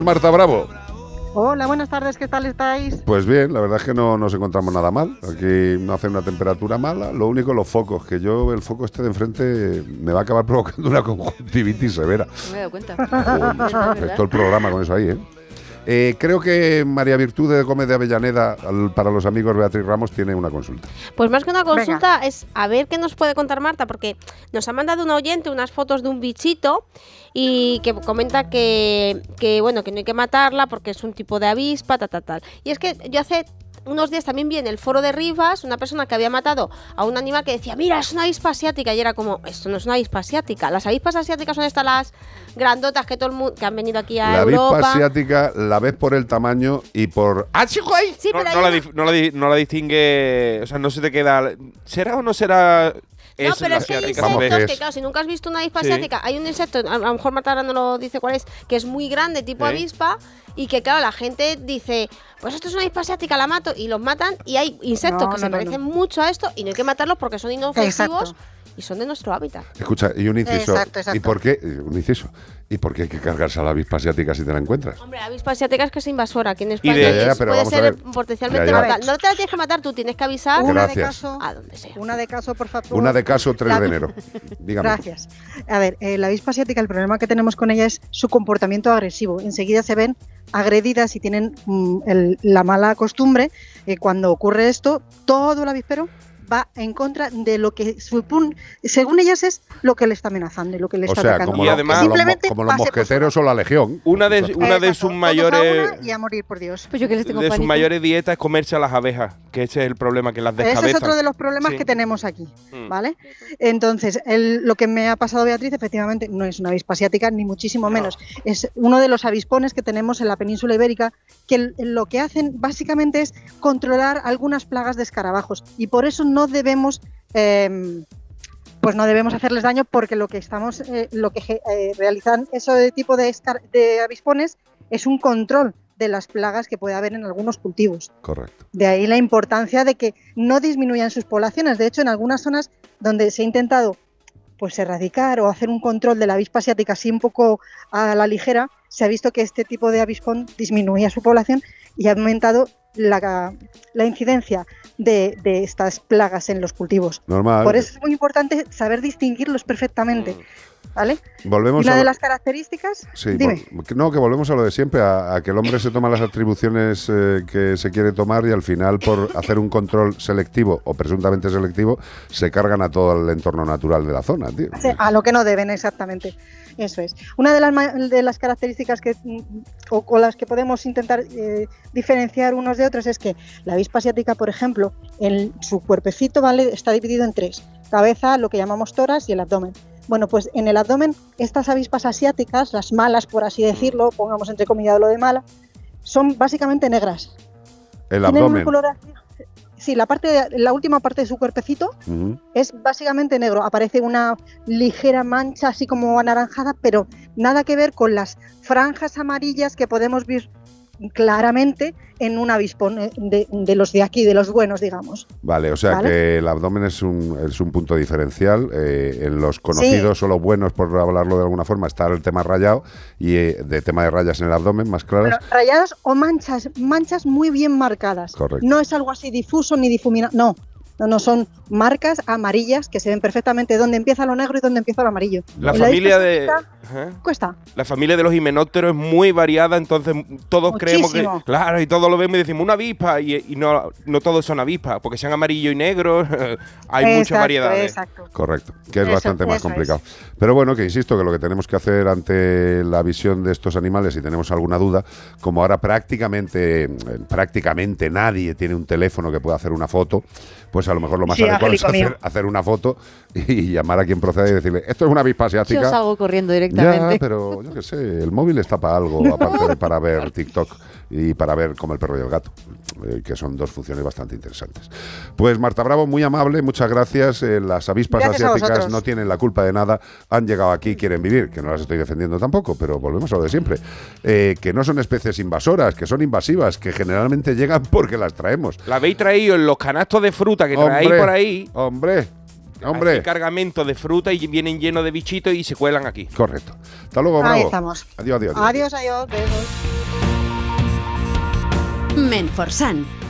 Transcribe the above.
Marta Bravo. Hola, buenas tardes, ¿qué tal estáis? Pues bien, la verdad es que no nos encontramos nada mal. Aquí no hace una temperatura mala. Lo único, los focos, que yo, el foco este de enfrente me va a acabar provocando una conjuntivitis severa. No me he dado cuenta. Todo el programa con eso ahí, ¿eh? Creo que María Virtud de Gómez de Avellaneda, para los amigos Beatriz Ramos, tiene una consulta. Pues más que una consulta es a ver qué nos puede contar Marta, porque nos ha mandado un oyente unas fotos de un bichito y que comenta que bueno, que no hay que matarla porque es un tipo de avispa, tal. Y es que yo hace unos días también vi en el foro de Rivas una persona que había matado a un animal que decía, mira, es una avispa asiática, y era como, esto no es una avispa asiática. Las avispas asiáticas son estas las grandotas que todo el mundo, que han venido aquí a Europa. La avispa asiática la ves por el tamaño y por... ¡Ah, chico, ahí! Sí, no la distingue, o sea, no se te queda... ¿Será o no será...? No, pero es que hay insectos que, claro, si nunca has visto una avispa asiática, hay un insecto, a lo mejor Marta ahora no lo dice cuál es, que es muy grande, tipo avispa, y que, claro, la gente dice, pues esto es una avispa asiática, la mato, y los matan, y hay insectos que se parecen mucho a esto, y no hay que matarlos porque son inofensivos y son de nuestro hábitat. Escucha, y un inciso. Exacto. ¿Y por qué? Un inciso. ¿Y por qué hay que cargarse a la avispa asiática si te la encuentras? Hombre, la avispa asiática es que es invasora. Aquí en España puede ser potencialmente mortal. No te la tienes que matar tú, tienes que avisar. Gracias. A donde sea. Una de caso, por favor. Una de caso, 3 de enero. Dígame. Gracias. A ver, la avispa asiática, el problema que tenemos con ella es su comportamiento agresivo. Enseguida se ven agredidas y tienen la mala costumbre. Cuando ocurre esto, todo el avispero va en contra de lo que según ellas es lo que le está amenazando y lo que le está atacando. Y además, como los mosqueteros o la legión. Una de sus mayores y a morir, por Dios. Pues yo que les tengo sus mayores dietas es comerse a las abejas, que ese es el problema, que las descabezan. Ese es otro de los problemas que tenemos aquí, ¿vale? Entonces, lo que me ha pasado, Beatriz, efectivamente no es una avispa asiática, ni muchísimo menos. Es uno de los avispones que tenemos en la península ibérica, que lo que hacen básicamente es controlar algunas plagas de escarabajos, y por eso no debemos hacerles daño, porque lo que realizan ese tipo de avispones es un control de las plagas que puede haber en algunos cultivos. Correcto. De ahí la importancia de que no disminuyan sus poblaciones. De hecho, en algunas zonas donde se ha intentado pues erradicar o hacer un control de la avispa asiática así un poco a la ligera, se ha visto que este tipo de avispón disminuía su población y ha aumentado la incidencia de estas plagas en los cultivos. Normal. Por eso es muy importante saber distinguirlos perfectamente, ¿vale? Volvemos y una de las características... Sí, dime. Que volvemos a lo de siempre, a que el hombre se toma las atribuciones que se quiere tomar, y al final, por hacer un control selectivo o presuntamente selectivo, se cargan a todo el entorno natural de la zona, tío. Sí, a lo que no deben, exactamente. Eso es. Una de las características con las que podemos intentar diferenciar unos de otros es que la avispa asiática, por ejemplo, en su cuerpecito, ¿vale?, está dividido en 3: cabeza, lo que llamamos tórax, y el abdomen. Bueno, pues en el abdomen, estas avispas asiáticas, las malas, por así decirlo, pongamos entre comillas lo de mala, son básicamente negras. El abdomen. Sí, la última parte de su cuerpecito es básicamente negro. Aparece una ligera mancha así como anaranjada, pero nada que ver con las franjas amarillas que podemos ver claramente en un avispón de los de aquí, de los buenos, digamos. Vale, o sea, ¿vale?, que el abdomen es un punto diferencial. En los conocidos o los buenos, por hablarlo de alguna forma, está el tema rayado, y de tema de rayas en el abdomen más claras. Bueno, rayados o manchas muy bien marcadas. Correcto. No es algo así difuso ni difuminado, no, son marcas amarillas que se ven perfectamente dónde empieza lo negro y dónde empieza lo amarillo. La familia La familia de los himenópteros es muy variada, entonces todos creemos que... Claro, y todos lo vemos y decimos una avispa, y no todos son avispas, porque sean amarillo y negro, hay muchas variedades. Exacto. Correcto, que es bastante más complicado. Pero bueno, que insisto, que lo que tenemos que hacer ante la visión de estos animales, si tenemos alguna duda, como ahora prácticamente nadie tiene un teléfono que pueda hacer una foto, pues a lo mejor lo más adecuado es hacer una foto y llamar a quien proceda y decirle, esto es una avispa asiática. Yo salgo corriendo directamente. Ya, pero yo qué sé, el móvil está para algo, aparte de para ver TikTok y para ver Como el perro y el gato, que son dos funciones bastante interesantes. Pues Marta Bravo, muy amable, muchas gracias. Las avispas asiáticas no tienen la culpa de nada, han llegado aquí, quieren vivir, que no las estoy defendiendo tampoco, pero volvemos a lo de siempre, que no son especies invasoras, que son invasivas, que generalmente llegan porque las traemos. La habéis traído en los canastos de fruta que traéis por ahí. Hombre, Hombre. Hay cargamento de fruta y vienen llenos de bichitos y se cuelan aquí. Correcto. Hasta luego, Bravo. Ahí estamos. Adiós. Adiós, besos. Menforsan.